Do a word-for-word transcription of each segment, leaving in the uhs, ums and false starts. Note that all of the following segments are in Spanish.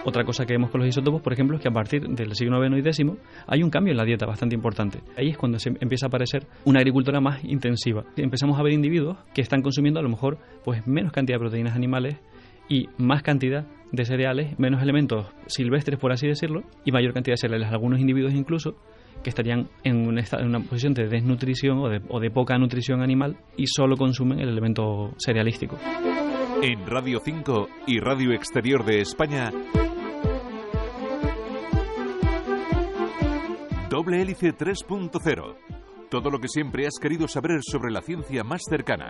Otra cosa que vemos con los isótopos, por ejemplo, es que a partir del siglo noveno y décimo hay un cambio en la dieta bastante importante. Ahí es cuando se empieza a aparecer una agricultura más intensiva. Empezamos a ver individuos que están consumiendo a lo mejor pues menos cantidad de proteínas animales y más cantidad de cereales, menos elementos silvestres, por así decirlo, y mayor cantidad de cereales. Algunos individuos incluso que estarían en una, en una posición de desnutrición o de, o de poca nutrición animal y solo consumen el elemento cerealístico. En Radio cinco y Radio Exterior de España, Doble Hélice tres punto cero. Todo lo que siempre has querido saber sobre la ciencia más cercana.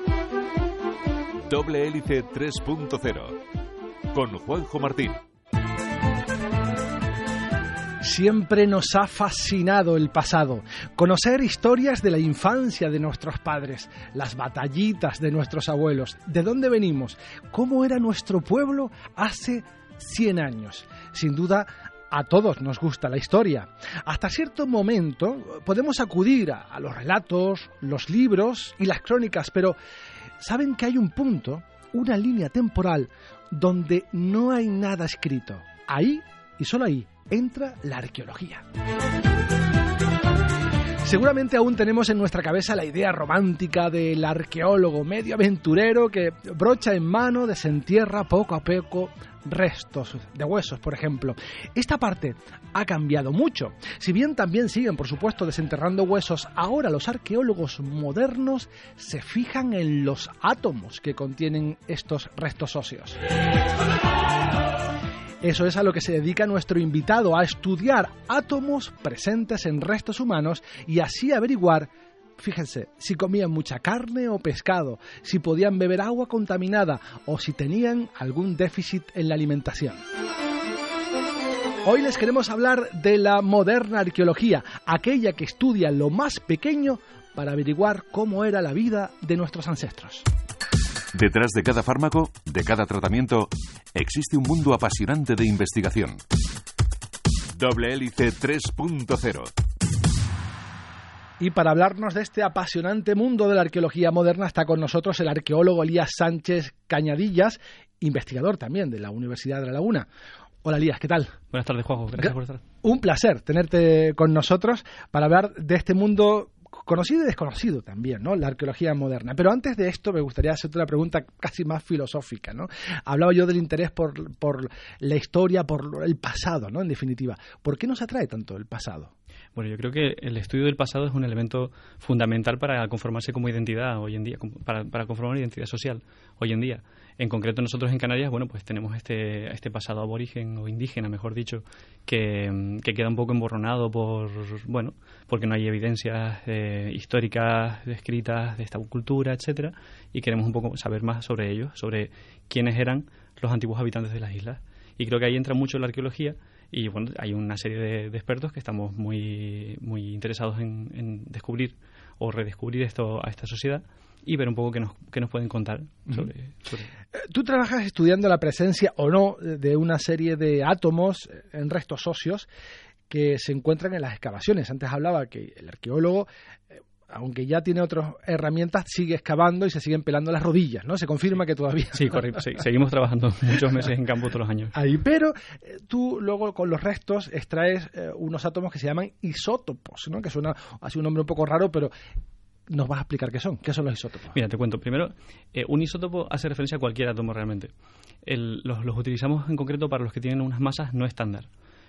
Doble Hélice tres punto cero. Con Juanjo Martín. Siempre nos ha fascinado el pasado. Conocer historias de la infancia de nuestros padres, las batallitas de nuestros abuelos, de dónde venimos, cómo era nuestro pueblo hace cien años. Sin duda, a todos nos gusta la historia. Hasta cierto momento podemos acudir a, a los relatos, los libros y las crónicas, pero ¿saben que hay un punto, una línea temporal, donde no hay nada escrito? Ahí, y solo ahí, entra la arqueología. Seguramente aún tenemos en nuestra cabeza la idea romántica del arqueólogo medio aventurero que, brocha en mano, desentierra poco a poco restos de huesos, por ejemplo. Esta parte ha cambiado mucho. Si bien también siguen, por supuesto, desenterrando huesos, ahora los arqueólogos modernos se fijan en los átomos que contienen estos restos óseos. Eso es a lo que se dedica nuestro invitado, a estudiar átomos presentes en restos humanos y así averiguar, fíjense, si comían mucha carne o pescado, si podían beber agua contaminada o si tenían algún déficit en la alimentación. Hoy les queremos hablar de la moderna arqueología, aquella que estudia lo más pequeño para averiguar cómo era la vida de nuestros ancestros. Detrás de cada fármaco, de cada tratamiento, existe un mundo apasionante de investigación. Doble Hélice tres punto cero. Y para hablarnos de este apasionante mundo de la arqueología moderna está con nosotros el arqueólogo Elías Sánchez Cañadillas, investigador también de la Universidad de La Laguna. Hola Elías, ¿qué tal? Buenas tardes, Juanjo, gracias por estar. Un placer tenerte con nosotros para hablar de este mundo conocido y desconocido también, ¿no? La arqueología moderna. Pero antes de esto me gustaría hacerte una pregunta casi más filosófica, ¿no? Hablaba yo del interés por, por la historia, por el pasado, ¿no? En definitiva, ¿por qué nos atrae tanto el pasado? Bueno, yo creo que el estudio del pasado es un elemento fundamental para conformarse como identidad hoy en día, para, para conformar una identidad social hoy en día. En concreto nosotros en Canarias, bueno, pues tenemos este, este pasado aborigen o indígena, mejor dicho, que, que queda un poco emborronado por, bueno, porque no hay evidencias eh, históricas descritas de esta cultura, etcétera, y queremos un poco saber más sobre ellos, sobre quiénes eran los antiguos habitantes de las islas. Y creo que ahí entra mucho la arqueología. Y bueno, hay una serie de, de expertos que estamos muy, muy interesados en, en descubrir o redescubrir esto a esta sociedad y ver un poco qué nos, qué nos pueden contar sobre, sobre... Tú trabajas estudiando la presencia o no de una serie de átomos en restos óseos que se encuentran en las excavaciones. Antes hablaba que el arqueólogo, aunque ya tiene otras herramientas, sigue excavando y se siguen pelando las rodillas, ¿no? Se confirma que todavía... Sí, correcto. Sí, seguimos trabajando muchos meses en campo todos los años. Ahí, pero eh, tú luego con los restos extraes eh, unos átomos que se llaman isótopos, ¿no? Que suena así un nombre un poco raro, pero nos vas a explicar qué son. ¿Qué son los isótopos? Mira, te cuento. Primero, eh, un isótopo hace referencia a cualquier átomo realmente. El, los, los utilizamos en concreto para los que tienen unas masas no estándar.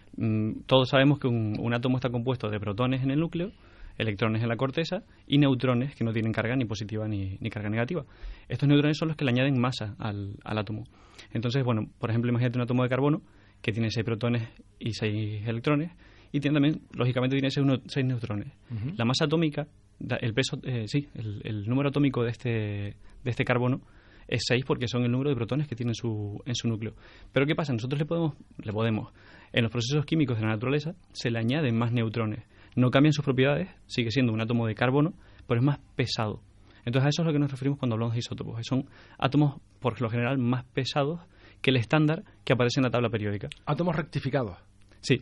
Mm, todos sabemos que un, un átomo está compuesto de protones en el núcleo, electrones en la corteza y neutrones que no tienen carga ni positiva ni, ni carga negativa. Estos neutrones son los que le añaden masa al, al átomo. Entonces, bueno, por ejemplo, imagínate un átomo de carbono que tiene seis protones y seis electrones y tiene también, lógicamente, tiene seis, seis neutrones. Uh-huh. La masa atómica, el peso, eh, sí, el, el número atómico de este, de este carbono es seis porque son el número de protones que tiene en su, en su núcleo. Pero ¿qué pasa? Nosotros le podemos, le podemos, en los procesos químicos de la naturaleza, se le añaden más neutrones. No cambian sus propiedades, sigue siendo un átomo de carbono, pero es más pesado. Entonces a eso es a lo que nos referimos cuando hablamos de isótopos. Son átomos, por lo general, más pesados que el estándar que aparece en la tabla periódica. Átomos rectificados. Sí.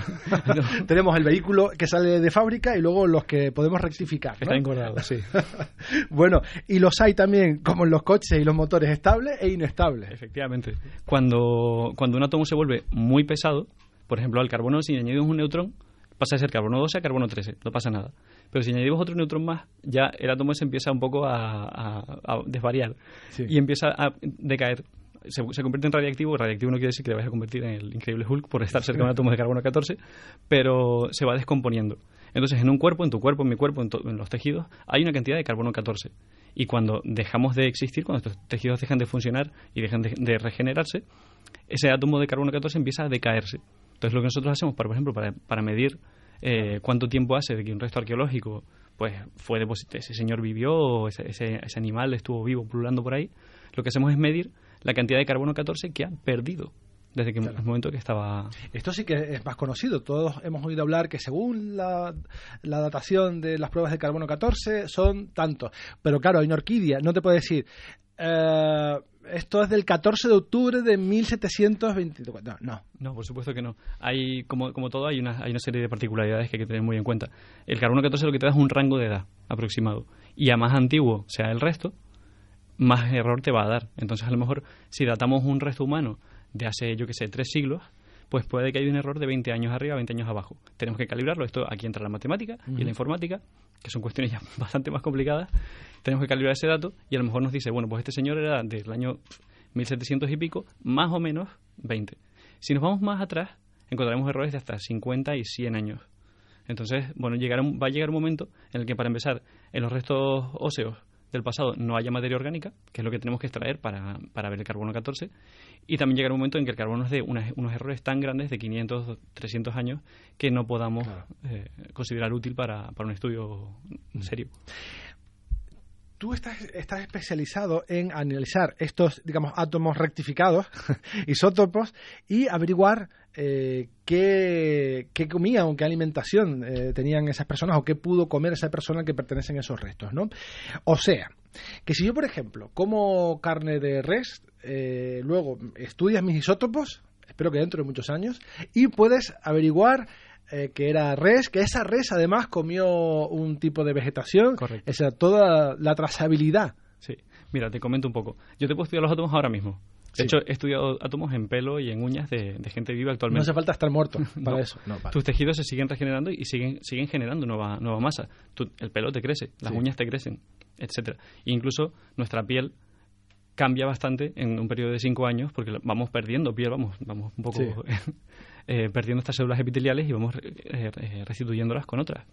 Tenemos el vehículo que sale de fábrica y luego los que podemos rectificar, ¿no? Está engordado, sí. Bueno, y los hay también, como en los coches y los motores, estables e inestables. Efectivamente. Cuando, cuando un átomo se vuelve muy pesado, por ejemplo, al carbono, si añadimos un neutrón, pasa de ser carbono doce a carbono trece, no pasa nada. Pero si añadimos otro neutrón más, ya el átomo se empieza un poco a, a, a desvariar, sí, y empieza a decaer. Se, se convierte en radiactivo. Radiactivo no quiere decir que te vayas a convertir en el increíble Hulk por estar cerca de un átomo de carbono catorce, pero se va descomponiendo. Entonces, en un cuerpo, en tu cuerpo, en mi cuerpo, en, to, en los tejidos, hay una cantidad de carbono catorce. Y cuando dejamos de existir, cuando estos tejidos dejan de funcionar y dejan de, de regenerarse, ese átomo de carbono catorce empieza a decaerse. Entonces, lo que nosotros hacemos, para, por ejemplo, para, para medir eh, cuánto tiempo hace de que un resto arqueológico pues fue depositado, ese señor vivió, o ese, ese, ese animal estuvo vivo pululando por ahí, lo que hacemos es medir la cantidad de carbono catorce que ha perdido desde que claro. el momento que estaba... Esto sí que es más conocido. Todos hemos oído hablar que según la, la datación de las pruebas de carbono catorce son tantos. Pero claro, hay una orquídea. No te puede decir... Eh, esto es del catorce de octubre de mil setecientos veinticuatro. No, no. No, por supuesto que no. Hay, como, como todo, hay una, hay una serie de particularidades que hay que tener muy en cuenta. El carbono catorce lo que te da es un rango de edad aproximado. Y a más antiguo sea el resto, más error te va a dar. Entonces, a lo mejor, si datamos un resto humano de hace, yo que sé, tres siglos, pues puede que haya un error de veinte años arriba, veinte años abajo. Tenemos que calibrarlo. Esto aquí entra la matemática uh-huh. y la informática, que son cuestiones ya bastante más complicadas. Tenemos que calibrar ese dato y a lo mejor nos dice, bueno, pues este señor era del año mil setecientos y pico, más o menos veinte. Si nos vamos más atrás, encontraremos errores de hasta cincuenta y cien años. Entonces, bueno, llegará un, va a llegar un momento en el que, para empezar, en los restos óseos del pasado no haya materia orgánica, que es lo que tenemos que extraer para, para ver el carbono catorce, y también llegará un momento en que el carbono es de unas, unos errores tan grandes de quinientos, trescientos años que no podamos claro. eh, considerar útil para, para un estudio serio. Tú estás, estás especializado en analizar estos, digamos, átomos rectificados, isótopos, y averiguar eh, qué, qué comían o qué alimentación eh, tenían esas personas o qué pudo comer esa persona que pertenecen a esos restos, ¿no? O sea, que si yo, por ejemplo, como carne de res, eh, luego estudias mis isótopos, espero que dentro de muchos años, y puedes averiguar Eh, que era res, que esa res además comió un tipo de vegetación. Correcto. Esa toda la trazabilidad. Sí, mira, te comento un poco. Yo te puedo estudiar los átomos ahora mismo. De sí. hecho, he estudiado átomos en pelo y en uñas de, de gente viva actualmente. No hace falta estar muerto para no. eso. No, vale. Tus tejidos se siguen regenerando y siguen siguen generando nueva nueva masa. Tu, el pelo te crece, las sí. uñas te crecen, etcétera. E incluso nuestra piel cambia bastante en un periodo de cinco años porque vamos perdiendo piel, vamos vamos un poco... Sí. Eh, perdiendo estas células epiteliales y vamos eh, eh, restituyéndolas con otras.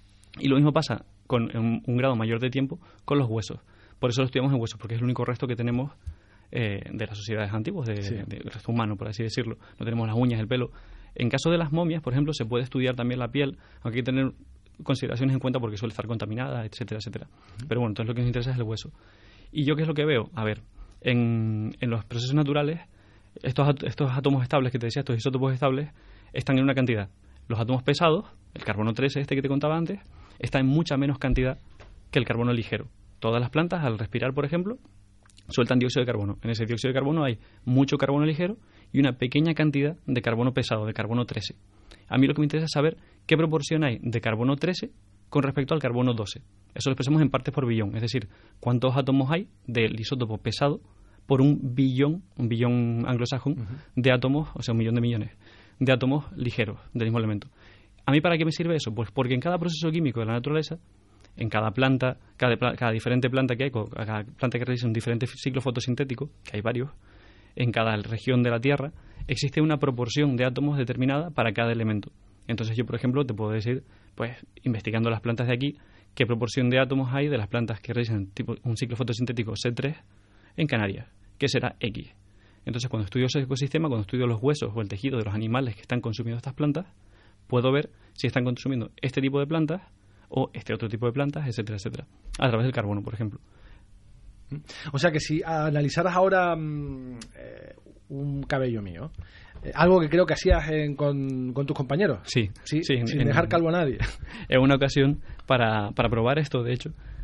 Y lo mismo pasa con un, un grado mayor de tiempo con los huesos. Por eso lo estudiamos en huesos, porque es el único resto que tenemos eh, de las sociedades antiguas, de, sí. de, de resto humano, por así decirlo. No tenemos las uñas, el pelo. En caso de las momias, por ejemplo, se puede estudiar también la piel, aunque hay que tener consideraciones en cuenta porque suele estar contaminada, etcétera, etcétera. Uh-huh. Pero bueno, entonces lo que nos interesa es el hueso. ¿Y yo qué es lo que veo? A ver, en, en los procesos naturales, Estos, estos átomos estables que te decía, estos isótopos estables, están en una cantidad. Los átomos pesados, el carbono trece este que te contaba antes, está en mucha menos cantidad que el carbono ligero. Todas las plantas, al respirar, por ejemplo, sueltan dióxido de carbono. En ese dióxido de carbono hay mucho carbono ligero y una pequeña cantidad de carbono pesado, de carbono trece. A mí lo que me interesa es saber qué proporción hay de carbono trece con respecto al carbono doce. Eso lo expresamos en partes por billón, es decir, cuántos átomos hay del isótopo pesado por un billón, un billón anglosajón, uh-huh. de átomos, o sea, un millón de millones, de átomos ligeros del mismo elemento. ¿A mí para qué me sirve eso? Pues porque en cada proceso químico de la naturaleza, en cada planta, cada, cada diferente planta que hay, cada planta que realiza un diferente ciclo fotosintético, que hay varios, en cada región de la Tierra, existe una proporción de átomos determinada para cada elemento. Entonces yo, por ejemplo, te puedo decir, pues, investigando las plantas de aquí, qué proporción de átomos hay de las plantas que realizan tipo, un ciclo fotosintético C tres en Canarias, que será X. Entonces, cuando estudio ese ecosistema, cuando estudio los huesos o el tejido de los animales que están consumiendo estas plantas, puedo ver si están consumiendo este tipo de plantas o este otro tipo de plantas, etcétera, etcétera, a través del carbono, por ejemplo. O sea que si analizaras ahora mmm, eh, un cabello mío, eh, algo que creo que hacías en, con, con tus compañeros, sí, sí, sí sin en, dejar calvo a nadie. En una ocasión, para, para probar esto, de hecho,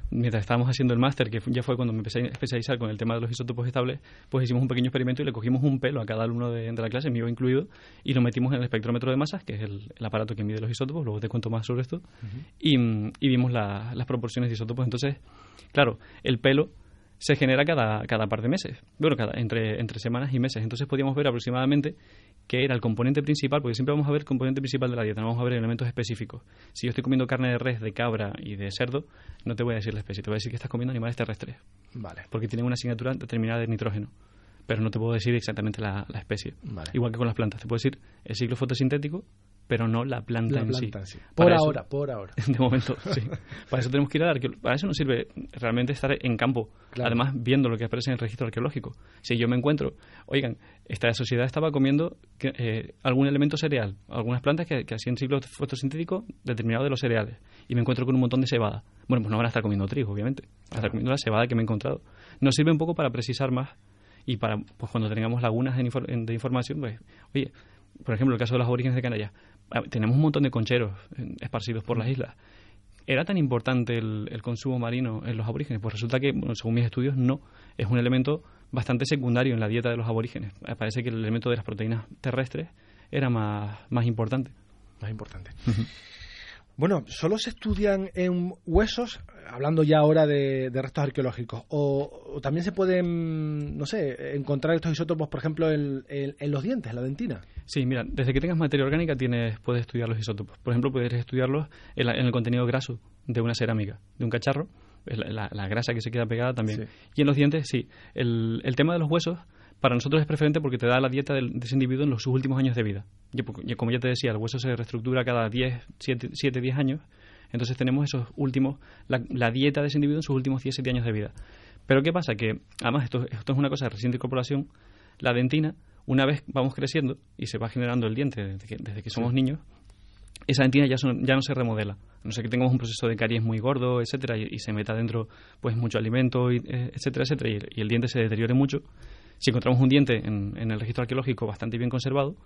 mientras estábamos haciendo el máster, que ya fue cuando me empecé a especializar con el tema de los isótopos estables, pues hicimos un pequeño experimento y le cogimos un pelo a cada alumno de, de la clase, mío incluido, y lo metimos en el espectrómetro de masas, que es el, el aparato que mide los isótopos, luego te cuento más sobre esto, uh-huh. y, y vimos la, las proporciones de isótopos. Entonces, claro, el pelo se genera cada, cada par de meses, bueno, cada, entre, entre semanas y meses. Entonces podíamos ver aproximadamente qué era el componente principal, porque siempre vamos a ver el componente principal de la dieta, no vamos a ver elementos específicos. Si yo estoy comiendo carne de res, de cabra y de cerdo, no te voy a decir la especie, te voy a decir que estás comiendo animales terrestres. Vale. Porque tienen una asignatura determinada de nitrógeno, pero no te puedo decir exactamente la, la especie. Vale. Igual que con las plantas, te puedo decir el ciclo fotosintético, pero no la planta, la en, planta sí. en sí. Por Para ahora, eso, por ahora. De momento, sí. Para eso tenemos que ir a la arqueología. Para eso nos sirve realmente estar en campo, claro. Además viendo lo que aparece en el registro arqueológico. Si yo me encuentro, oigan, esta sociedad estaba comiendo eh, algún elemento cereal, algunas plantas que, que hacían ciclo fotosintético determinado de los cereales, y me encuentro con un montón de cebada. Bueno, pues no van a estar comiendo trigo, obviamente. Van a estar comiendo la cebada que me he encontrado. Nos sirve un poco para precisar más y para, pues cuando tengamos lagunas de, infor- de información, pues, oye, por ejemplo, el caso de los aborígenes de Canarias. Tenemos un montón de concheros esparcidos por las islas. ¿Era tan importante el, el consumo marino en los aborígenes? Pues resulta que, bueno, según mis estudios, no. Es un elemento bastante secundario en la dieta de los aborígenes. Parece que el elemento de las proteínas terrestres era más, más importante. Más importante. Uh-huh. Bueno, ¿solo se estudian en huesos, hablando ya ahora de, de restos arqueológicos, o, o también se pueden, no sé, encontrar estos isótopos, por ejemplo, en, en, en los dientes, en la dentina? Sí, mira, desde que tengas materia orgánica tienes, puedes estudiar los isótopos. Por ejemplo, puedes estudiarlos en, la, en el contenido graso de una cerámica, de un cacharro, la, la, la grasa que se queda pegada también. Sí. Y en los dientes, sí. El, el tema de los huesos, para nosotros es preferente porque te da la dieta del, de ese individuo en los, sus últimos años de vida. Yo, como ya te decía, el hueso se reestructura cada diez, siete, diez años. Entonces tenemos esos últimos, la, la dieta de ese individuo en sus últimos diez, siete años de vida. Pero ¿qué pasa? Que, además, esto, esto es una cosa de reciente incorporación. La dentina, una vez vamos creciendo y se va generando el diente desde que, desde que somos sí. niños, esa dentina ya, son, ya no se remodela. A no ser que tengamos un proceso de caries muy gordo, etcétera, y, y se meta dentro pues mucho alimento, y, etcétera, etcétera, y el, y el diente se deteriore mucho. Si encontramos un diente en, en el registro arqueológico bastante bien conservado,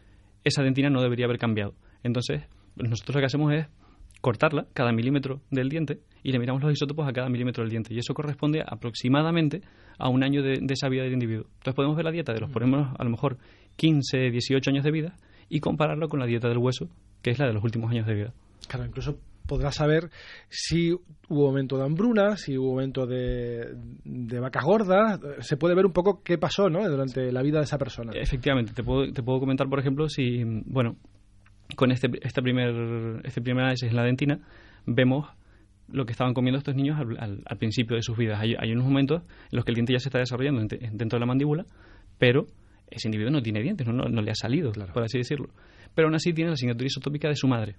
esa dentina no debería haber cambiado. Entonces, nosotros lo que hacemos es cortarla cada milímetro del diente y le miramos los isótopos a cada milímetro del diente. Y eso corresponde aproximadamente a un año de, de esa vida del individuo. Entonces podemos ver la dieta de los, ponemos a lo mejor quince, dieciocho años de vida y compararlo con la dieta del hueso, que es la de los últimos años de vida. Claro, incluso podrás saber si hubo momento de hambruna, si hubo momento de, de vacas gordas. Se puede ver un poco qué pasó, ¿no?, durante la vida de esa persona. Efectivamente. Te puedo, te puedo comentar, por ejemplo, si, bueno, con este, este, primer, este primer análisis en la dentina, vemos lo que estaban comiendo estos niños al, al, al principio de sus vidas. Hay, hay unos momentos en los que el diente ya se está desarrollando dentro de la mandíbula, pero ese individuo no tiene dientes, no, no, no le ha salido, claro, por así decirlo. Pero aún así tiene la asignatura isotópica de su madre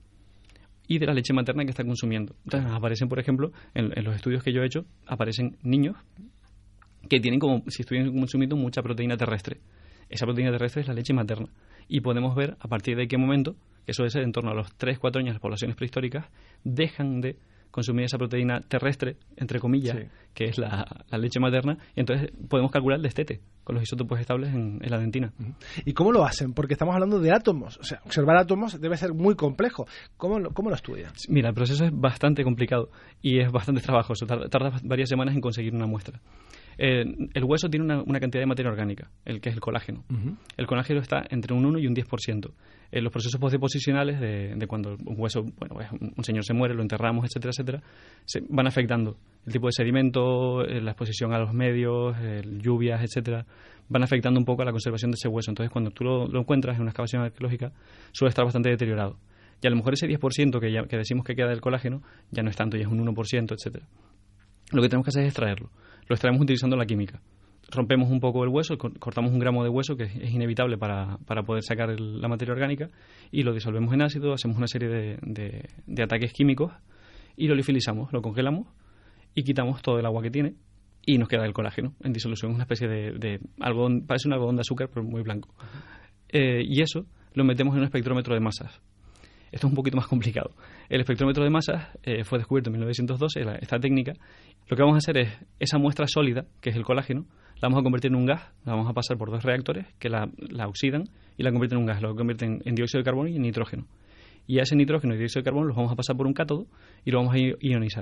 y de la leche materna que está consumiendo. Entonces aparecen, por ejemplo, en, en los estudios que yo he hecho, aparecen niños que tienen como si estuvieran consumiendo mucha proteína terrestre. Esa proteína terrestre es la leche materna. Y podemos ver a partir de qué momento, que suele ser en torno a los tres, cuatro años, las poblaciones prehistóricas dejan de consumir esa proteína terrestre, entre comillas, sí, que es la, la leche materna, y entonces podemos calcular el destete con los isótopos estables en, en la dentina. ¿Y cómo lo hacen? Porque estamos hablando de átomos. O sea, observar átomos debe ser muy complejo. ¿Cómo lo, cómo lo estudian? Mira, el proceso es bastante complicado y es bastante trabajoso. Tarda, tarda varias semanas en conseguir una muestra. Eh, el hueso tiene una, una cantidad de materia orgánica, el que es el colágeno. Uh-huh. El colágeno está entre un uno y un diez por ciento. Eh, los procesos postdeposicionales de, de cuando un hueso, bueno, un señor se muere, lo enterramos, etcétera, etcétera, se van afectando el tipo de sedimento, eh, la exposición a los medios, eh, lluvias, etcétera, van afectando un poco a la conservación de ese hueso. Entonces, cuando tú lo, lo encuentras en una excavación arqueológica, suele estar bastante deteriorado. Y a lo mejor ese diez por ciento que, ya, que decimos que queda del colágeno ya no es tanto, ya es un uno por ciento, etcétera. Lo que tenemos que hacer es extraerlo. Lo extraemos utilizando la química. Rompemos un poco el hueso, cortamos un gramo de hueso, que es inevitable para, para poder sacar el, la materia orgánica, y lo disolvemos en ácido, hacemos una serie de, de, de ataques químicos y lo liofilizamos, lo congelamos y quitamos todo el agua que tiene y nos queda el colágeno en disolución, una especie de, de algodón, parece un algodón de azúcar pero muy blanco. Uh-huh. Eh, y eso lo metemos en un espectrómetro de masas. Esto es un poquito más complicado. El espectrómetro de masas eh, fue descubierto en mil novecientos doce, la, esta técnica. Lo que vamos a hacer es, esa muestra sólida, que es el colágeno, la vamos a convertir en un gas, la vamos a pasar por dos reactores que la, la oxidan y la convierten en un gas, lo convierten en dióxido de carbono y en nitrógeno. Y a ese nitrógeno y dióxido de carbono los vamos a pasar por un cátodo y lo vamos a ionizar.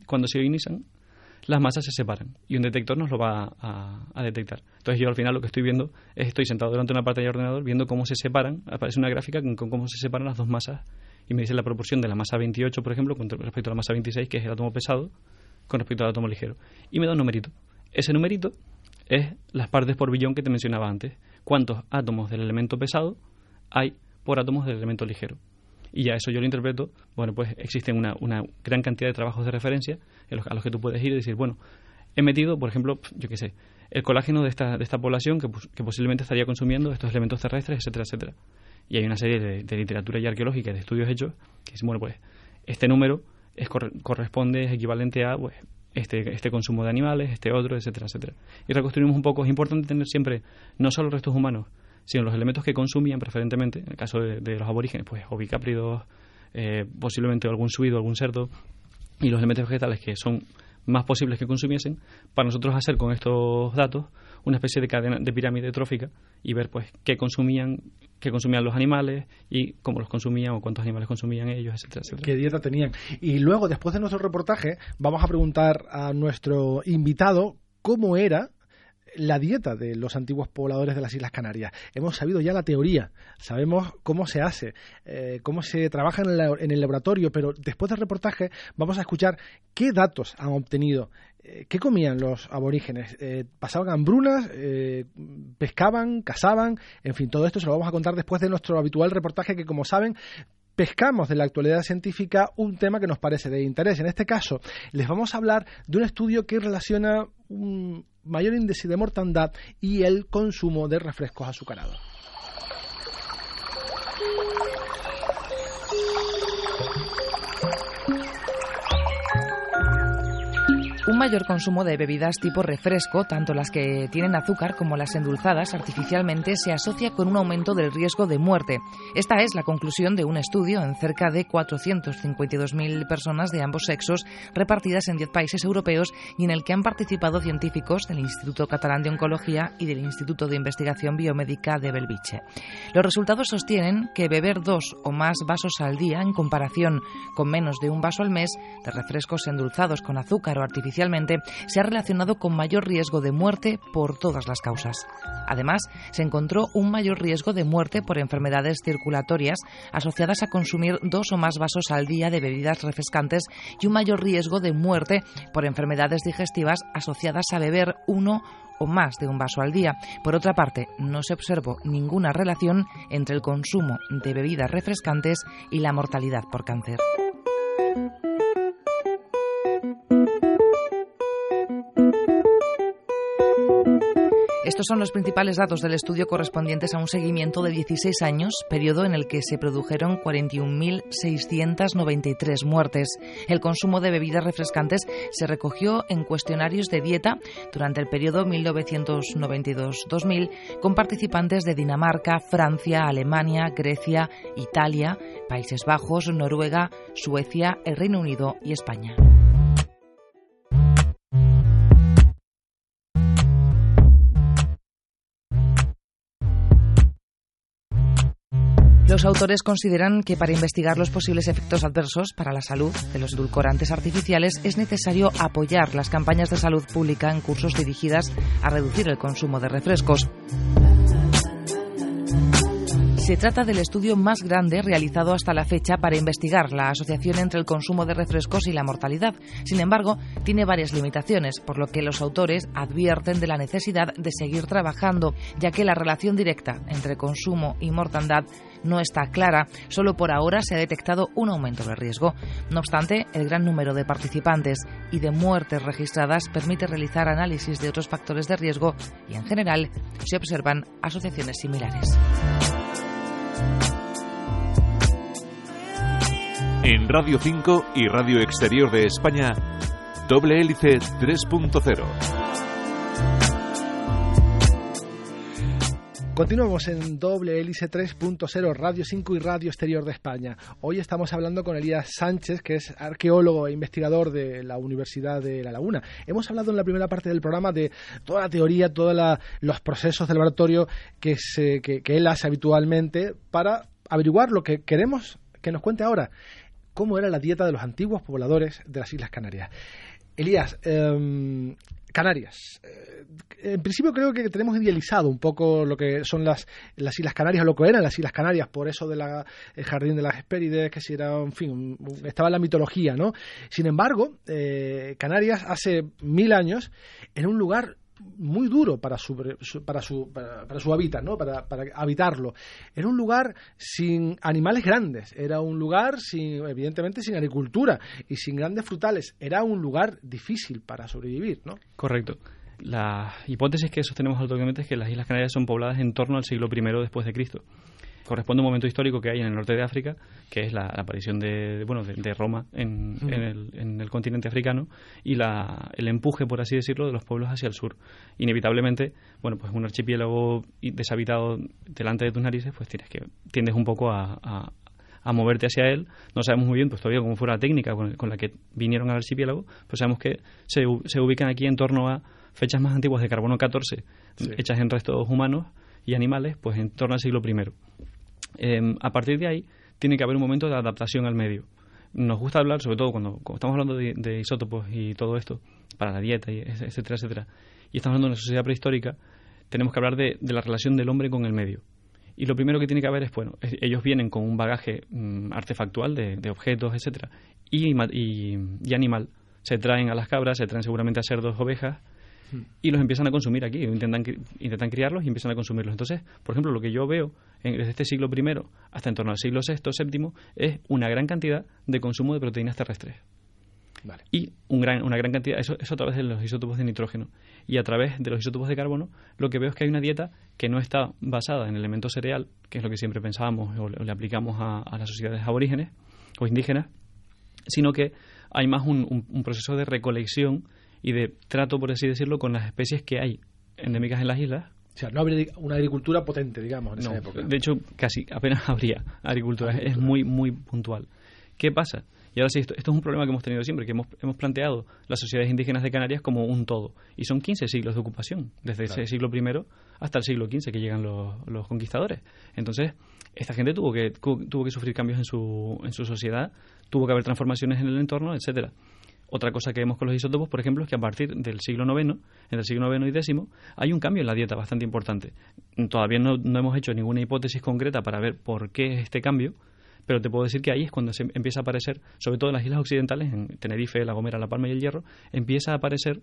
cuando se ionizan, las masas se separan y un detector nos lo va a, a detectar. Entonces yo al final lo que estoy viendo es, estoy sentado delante de una pantalla de ordenador viendo cómo se separan, aparece una gráfica con, con cómo se separan las dos masas y me dice la proporción de la masa veintiocho, por ejemplo, con respecto a la masa veintiséis, que es el átomo pesado, con respecto al átomo ligero. Y me da un numerito. Ese numerito es las partes por billón que te mencionaba antes. ¿Cuántos átomos del elemento pesado hay por átomos del elemento ligero? Y ya eso yo lo interpreto, bueno, pues existen una, una gran cantidad de trabajos de referencia en los, a los que tú puedes ir y decir, bueno, he metido, por ejemplo, yo qué sé, el colágeno de esta, de esta población que, que posiblemente estaría consumiendo estos elementos terrestres, etcétera, etcétera. Y hay una serie de, de literatura y arqueológica, de estudios hechos, que dicen, bueno, pues este número es, corresponde, es equivalente a pues, este, este consumo de animales, este otro, etcétera, etcétera. Y reconstruimos un poco. Es importante tener siempre no solo restos humanos, sino los elementos que consumían preferentemente, en el caso de, de los aborígenes, pues ovicápridos, eh, posiblemente algún suido, algún cerdo, y los elementos vegetales que son más posibles que consumiesen, para nosotros hacer con estos datos una especie de cadena de pirámide trófica y ver pues qué consumían, qué consumían los animales y cómo los consumían o cuántos animales consumían ellos, etcétera, etcétera. Qué dieta tenían. Y luego, después de nuestro reportaje, vamos a preguntar a nuestro invitado cómo era la dieta de los antiguos pobladores de las Islas Canarias. Hemos sabido ya la teoría, sabemos cómo se hace, eh, cómo se trabaja en el, en el laboratorio, pero después del reportaje vamos a escuchar qué datos han obtenido, eh, qué comían los aborígenes, eh, pasaban hambrunas, eh, pescaban, cazaban, en fin, todo esto se lo vamos a contar después de nuestro habitual reportaje que, como saben, pescamos de la actualidad científica un tema que nos parece de interés. En este caso, les vamos a hablar de un estudio que relaciona un mayor índice de mortandad y el consumo de refrescos azucarados. Un mayor consumo de bebidas tipo refresco, tanto las que tienen azúcar como las endulzadas artificialmente, se asocia con un aumento del riesgo de muerte. Esta es la conclusión de un estudio en cerca de cuatrocientas cincuenta y dos mil personas de ambos sexos repartidas en diez países europeos y en el que han participado científicos del Instituto Catalán de Oncología y del Instituto de Investigación Biomédica de Belviche. Los resultados sostienen que beber dos o más vasos al día, en comparación con menos de un vaso al mes, de refrescos endulzados con azúcar o artificial, se ha relacionado con mayor riesgo de muerte por todas las causas. Además, se encontró un mayor riesgo de muerte por enfermedades circulatorias asociadas a consumir dos o más vasos al día de bebidas refrescantes y un mayor riesgo de muerte por enfermedades digestivas asociadas a beber uno o más de un vaso al día. Por otra parte, no se observó ninguna relación entre el consumo de bebidas refrescantes y la mortalidad por cáncer. Estos son los principales datos del estudio correspondientes a un seguimiento de dieciséis años, periodo en el que se produjeron cuarenta y un mil seiscientas noventa y tres muertes. El consumo de bebidas refrescantes se recogió en cuestionarios de dieta durante el periodo mil novecientos noventa y dos a dos mil con participantes de Dinamarca, Francia, Alemania, Grecia, Italia, Países Bajos, Noruega, Suecia, el Reino Unido y España. Los autores consideran que para investigar los posibles efectos adversos para la salud de los edulcorantes artificiales es necesario apoyar las campañas de salud pública en cursos dirigidas a reducir el consumo de refrescos. Se trata del estudio más grande realizado hasta la fecha para investigar la asociación entre el consumo de refrescos y la mortalidad. Sin embargo, tiene varias limitaciones, por lo que los autores advierten de la necesidad de seguir trabajando, ya que la relación directa entre consumo y mortandad no está clara. Solo por ahora se ha detectado un aumento del riesgo. No obstante, el gran número de participantes y de muertes registradas permite realizar análisis de otros factores de riesgo y, en general, se observan asociaciones similares. En Radio cinco y Radio Exterior de España, Doble Hélice tres punto cero. Continuamos en Doble Hélice tres punto cero, Radio cinco y Radio Exterior de España. Hoy estamos hablando con Elías Sánchez, que es arqueólogo e investigador de la Universidad de La Laguna. Hemos hablado en la primera parte del programa de toda la teoría, todos los procesos de laboratorio que, se, que, que él hace habitualmente para averiguar lo que queremos que nos cuente ahora. cómo era la dieta de los antiguos pobladores de las Islas Canarias. Elías, eh, Canarias. Eh, en principio creo que tenemos idealizado un poco lo que son las, las Islas Canarias, o lo que eran las Islas Canarias, por eso del Jardín de las Hespérides, que si era, en fin, un, un, estaba en la mitología, ¿no? Sin embargo, eh, Canarias hace mil años era un lugar muy duro para su para su para, para su hábitat, ¿no? Para, para habitarlo. Era un lugar sin animales grandes, era un lugar sin, evidentemente, sin agricultura y sin grandes frutales. Era un lugar difícil para sobrevivir, ¿no? Correcto. La hipótesis que sostenemos actualmente es que las Islas Canarias son pobladas en torno al siglo primero después de Cristo. Corresponde a un momento histórico que hay en el norte de África, que es la, la aparición de, bueno, de, de Roma en, mm. en, el, en el continente africano, y la, el empuje, por así decirlo, de los pueblos hacia el sur. Inevitablemente, bueno, pues un archipiélago deshabitado delante de tus narices, pues tienes que tiendes un poco a, a, a moverte hacia él. No sabemos muy bien, pues todavía cómo fue la técnica con, con la que vinieron al archipiélago, pues sabemos que se, se ubican aquí en torno a fechas más antiguas de carbono catorce, sí. hechas en restos humanos y animales, pues en torno al siglo primero. Eh, a partir de ahí tiene que haber un momento de adaptación al medio. Nos gusta hablar, sobre todo cuando, cuando estamos hablando de, de isótopos y todo esto, para la dieta, y etcétera, etcétera, y estamos hablando de una sociedad prehistórica, tenemos que hablar de, de la relación del hombre con el medio. Y lo primero que tiene que haber es, bueno, es, ellos vienen con un bagaje mmm, artefactual de, de objetos, etcétera, y, y, y animal. Se traen a las cabras, se traen seguramente a cerdos, ovejas, y los empiezan a consumir aquí, intentan, intentan criarlos y empiezan a consumirlos. Entonces, por ejemplo, lo que yo veo en, desde este siglo primero hasta en torno al siglo sexto, séptimo, es una gran cantidad de consumo de proteínas terrestres. Vale. Y un gran, una gran cantidad, eso, eso a través de los isótopos de nitrógeno. Y a través de los isótopos de carbono, lo que veo es que hay una dieta que no está basada en elementos cereal, que es lo que siempre pensábamos o le, o le aplicamos a, a las sociedades aborígenes o indígenas, sino que hay más un, un, un proceso de recolección y de trato, por así decirlo, con las especies que hay endémicas en las islas. O sea, no habría una agricultura potente, digamos, en no, esa época. De hecho, casi apenas habría agricultura. agricultura. Es muy, muy puntual. ¿Qué pasa? Y ahora sí, esto, esto es un problema que hemos tenido siempre, que hemos, hemos planteado las sociedades indígenas de Canarias como un todo. Y son quince siglos de ocupación, desde claro. ese siglo primero hasta el siglo quince, que llegan los, los conquistadores. Entonces, esta gente tuvo que, tuvo que sufrir cambios en su, en su sociedad, tuvo que haber transformaciones en el entorno, etcétera. Otra cosa que vemos con los isótopos, por ejemplo, es que a partir del siglo noveno, entre el siglo noveno y décimo, hay un cambio en la dieta bastante importante. Todavía no, no hemos hecho ninguna hipótesis concreta para ver por qué es este cambio, pero te puedo decir que ahí es cuando se empieza a aparecer, sobre todo en las islas occidentales, en Tenerife, La Gomera, La Palma y El Hierro, empieza a aparecer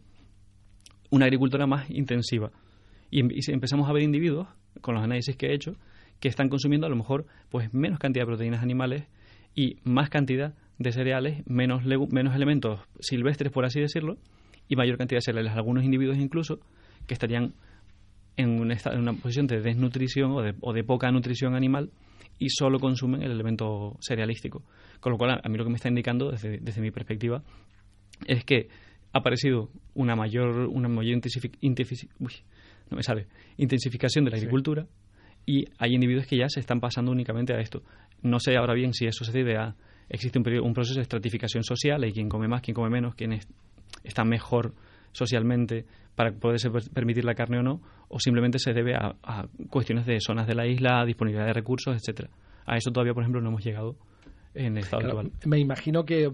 una agricultura más intensiva. Y, y empezamos a ver individuos, con los análisis que he hecho, que están consumiendo a lo mejor pues menos cantidad de proteínas animales y más cantidad de cereales, menos, menos elementos silvestres, por así decirlo, y mayor cantidad de cereales. Algunos individuos incluso que estarían en una, en una posición de desnutrición o de, o de poca nutrición animal y solo consumen el elemento cerealístico. Con lo cual, a mí lo que me está indicando, desde, desde mi perspectiva, es que ha aparecido una mayor, una mayor intensific, intensific, uy, no me sale, intensificación de la agricultura, sí. Y hay individuos que ya se están pasando únicamente a esto. No sé ahora bien si eso se debe a existe un, periodo, un proceso de estratificación social, hay quien come más, quien come menos, quien es, está mejor socialmente para poderse permitir la carne o no, o simplemente se debe a, a cuestiones de zonas de la isla, disponibilidad de recursos, etcétera. A eso todavía, por ejemplo, no hemos llegado en el estado claro, actual. Me imagino que uh,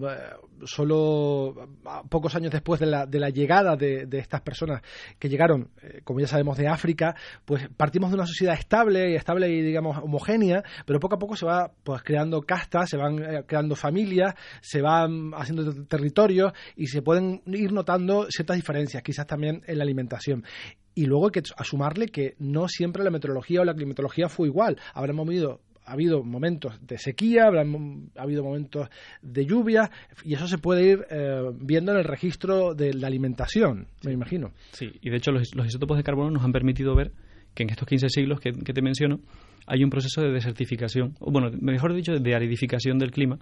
solo uh, pocos años después de la, de la llegada de, de estas personas que llegaron, eh, como ya sabemos, de África, pues partimos de una sociedad estable y estable y digamos homogénea, pero poco a poco se va pues creando castas, se van eh, creando familias, se van haciendo territorios y se pueden ir notando ciertas diferencias, quizás también en la alimentación. Y luego hay que asumarle que no siempre la meteorología o la climatología fue igual. Habremos movido Ha habido momentos de sequía, ha habido momentos de lluvia, y eso se puede ir eh, viendo en el registro de la alimentación, sí. me imagino. Sí, y de hecho los, los isótopos de carbono nos han permitido ver que en estos quince siglos que, que te menciono hay un proceso de desertificación, o bueno, mejor dicho, de aridificación del clima,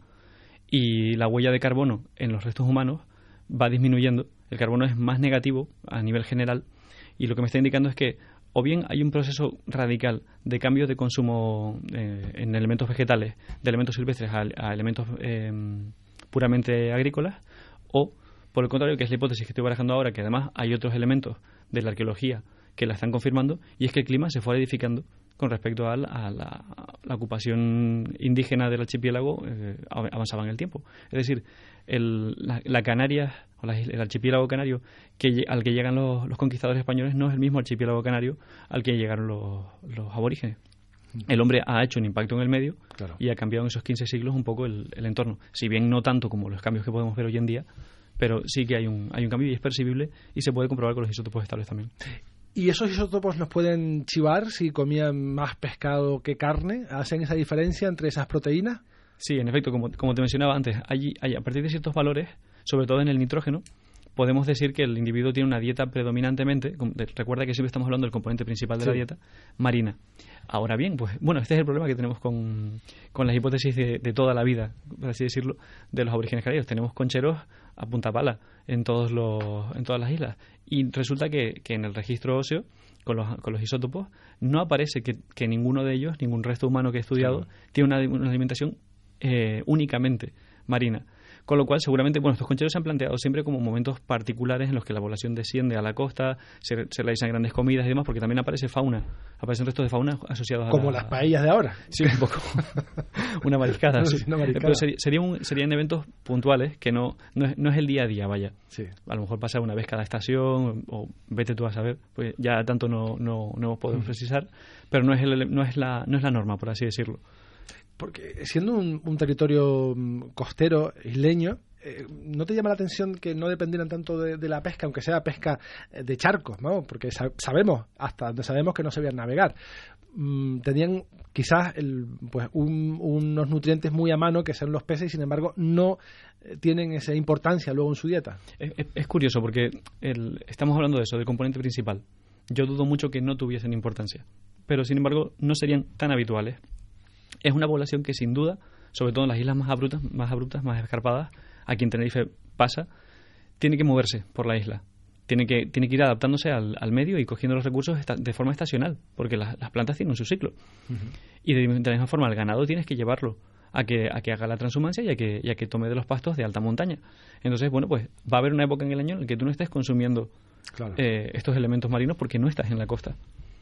y la huella de carbono en los restos humanos va disminuyendo. El carbono es más negativo a nivel general, y lo que me está indicando es que o bien hay un proceso radical de cambio de consumo eh, en elementos vegetales, de elementos silvestres a, a elementos eh, puramente agrícolas, o por el contrario, que es la hipótesis que estoy barajando ahora, que además hay otros elementos de la arqueología que la están confirmando, y es que el clima se fue edificando con respecto a la, a la, a la ocupación indígena del archipiélago eh, avanzaba en el tiempo. Es decir, el, la, la Canarias, o la, el archipiélago canario que, al que llegan los, los conquistadores españoles no es el mismo archipiélago canario al que llegaron los, los aborígenes. El hombre ha hecho un impacto en el medio, claro, y ha cambiado en esos quince siglos un poco el, el entorno. Si bien no tanto como los cambios que podemos ver hoy en día, pero sí que hay un, hay un cambio y es percibible y se puede comprobar con los isótopos estables también. ¿Y esos isótopos nos pueden chivar si comían más pescado que carne? ¿Hacen esa diferencia entre esas proteínas? Sí, en efecto, como, como te mencionaba antes, hay, hay, a partir de ciertos valores, sobre todo en el nitrógeno, podemos decir que el individuo tiene una dieta predominantemente, recuerda que siempre estamos hablando del componente principal de sí. la dieta, marina. Ahora bien, pues bueno, este es el problema que tenemos con, con las hipótesis de, de toda la vida, por así decirlo, de los aborígenes canarios. Tenemos concheros a punta pala en todos los, en todas las islas. Y resulta que, que en el registro óseo, con los, con los isótopos, no aparece que, que ninguno de ellos, ningún resto humano que he estudiado, sí. tiene una, una alimentación eh, únicamente marina. Con lo cual, seguramente, bueno, estos concheros se han planteado siempre como momentos particulares en los que la población desciende a la costa, se, se realizan grandes comidas y demás, porque también aparece fauna, aparecen restos de fauna asociados a como la... las paellas de ahora. Sí, un poco. Una mariscada, sí. Una mariscada. Pero sería, sería un, serían eventos puntuales que no, no, es, no es el día a día, vaya. Sí. A lo mejor pasa una vez cada estación, o vete tú a saber, pues ya tanto no, no, no podemos precisar, pero no es, el, no, es la, no es la norma, por así decirlo. Porque siendo un, un territorio costero, isleño, eh, ¿no te llama la atención que no dependieran tanto de, de la pesca, aunque sea pesca de charcos, ¿no? Porque sa- sabemos, hasta donde sabemos que no sabían navegar. Mm, tenían quizás el, pues un, unos nutrientes muy a mano que son los peces y sin embargo no eh, tienen esa importancia luego en su dieta. Es, es, es curioso porque el, estamos hablando de eso, del componente principal. Yo dudo mucho que no tuviesen importancia, pero sin embargo no serían tan habituales. Es una población que sin duda, sobre todo en las islas más abruptas, más abruptas, más escarpadas, aquí en Tenerife pasa, tiene que moverse por la isla. Tiene que, tiene que ir adaptándose al, al medio y cogiendo los recursos esta, de forma estacional, porque las, las plantas tienen su ciclo. Uh-huh. Y de, de la misma forma, el ganado tienes que llevarlo a que, a que haga la transhumancia y a que, y a que tome de los pastos de alta montaña. Entonces, bueno, pues va a haber una época en el año en la que tú no estés consumiendo claro. eh, estos elementos marinos porque no estás en la costa.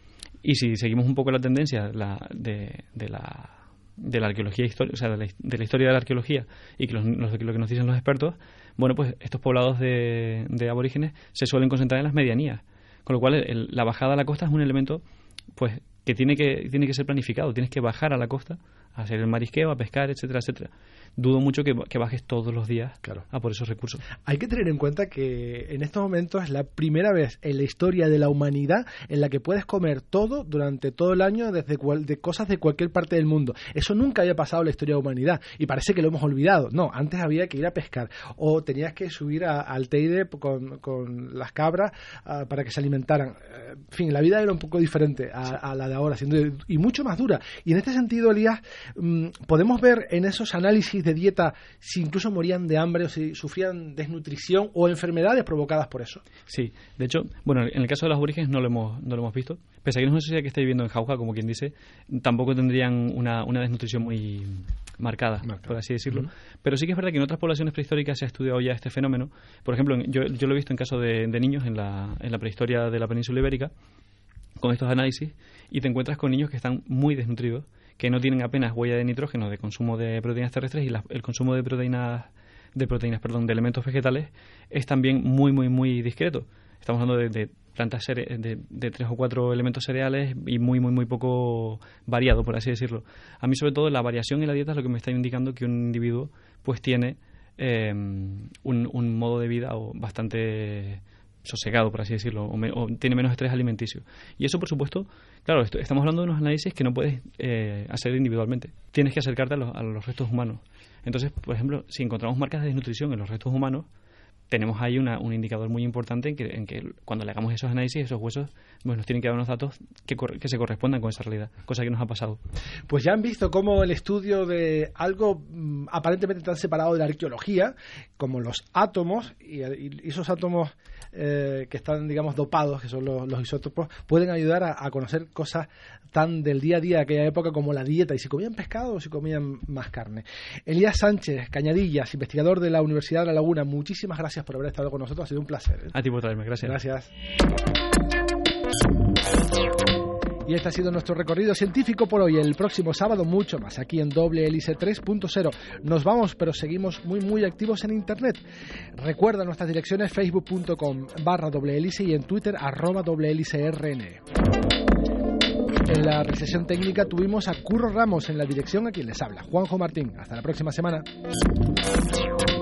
Y si seguimos un poco la tendencia la, de, de la de la arqueología histórica, o sea, de la, de la historia de la arqueología y que los, los, lo que nos dicen los expertos, bueno, pues estos poblados de, de aborígenes se suelen concentrar en las medianías, con lo cual el, la bajada a la costa es un elemento pues que tiene que tiene que ser planificado. Tienes que bajar a la costa a hacer el marisqueo, a pescar, etcétera, etcétera. Dudo mucho que, que bajes todos los días claro. a por esos recursos. Hay que tener en cuenta que en estos momentos es la primera vez en la historia de la humanidad en la que puedes comer todo durante todo el año desde cual, de cosas de cualquier parte del mundo. Eso nunca había pasado en la historia de la humanidad y parece que lo hemos olvidado. No, antes había que ir a pescar o tenías que subir a, al Teide con, con las cabras uh, para que se alimentaran. Uh, en fin, la vida era un poco diferente a, a la de ahora siendo, y mucho más dura. Y en este sentido, Elías, um, podemos ver en esos análisis de dieta si incluso morían de hambre o si sufrían desnutrición o enfermedades provocadas por eso. Sí, de hecho, bueno, en el caso de los aborígenes no lo hemos, no lo hemos visto. Pese a que no es una sociedad que esté viviendo en jauja, como quien dice, tampoco tendrían una, una desnutrición muy marcada, Marcada. por así decirlo. Uh-huh. Pero sí que es verdad que en otras poblaciones prehistóricas se ha estudiado ya este fenómeno. Por ejemplo, yo, yo lo he visto en caso de, de niños en la, en la prehistoria de la península ibérica, con estos análisis, y te encuentras con niños que están muy desnutridos, que no tienen apenas huella de nitrógeno de consumo de proteínas terrestres y la, el consumo de proteínas de proteínas, perdón, de elementos vegetales es también muy muy muy discreto. Estamos hablando de, de plantas cere- de, de tres o cuatro elementos cereales y muy muy muy poco variado, por así decirlo. A mí sobre todo la variación en la dieta es lo que me está indicando que un individuo pues tiene eh, un, un modo de vida o bastante sosegado, por así decirlo, o, me, o tiene menos estrés alimenticio. Y eso, por supuesto, claro, esto, estamos hablando de unos análisis que no puedes eh, hacer individualmente. Tienes que acercarte a los, a los restos humanos. Entonces, por ejemplo, si encontramos marcas de desnutrición en los restos humanos, tenemos ahí una, un indicador muy importante en que, en que cuando le hagamos esos análisis, esos huesos, pues nos tienen que dar unos datos que, cor- que se correspondan con esa realidad, cosa que nos ha pasado. Pues ya han visto cómo el estudio de algo mmm, aparentemente tan separado de la arqueología, como los átomos, y, y esos átomos eh, que están, digamos, dopados, que son los, los isótopos, pueden ayudar a, a conocer cosas tan del día a día de aquella época como la dieta, y si comían pescado o si comían más carne. Elías Sánchez Cañadillas, investigador de la Universidad de La Laguna, muchísimas gracias por haber estado con nosotros, ha sido un placer. A ti por traerme, gracias. Gracias. Y este ha sido nuestro recorrido científico por hoy. El próximo sábado mucho más aquí en Doble Hélice tres punto cero. Nos vamos, pero seguimos muy muy activos en internet. Recuerda nuestras direcciones: facebook punto com barra doble hélice y en Twitter arroba doble hélice R N. En la realización técnica tuvimos a Curro Ramos, en la dirección a quien les habla Juanjo Martín. Hasta la próxima semana.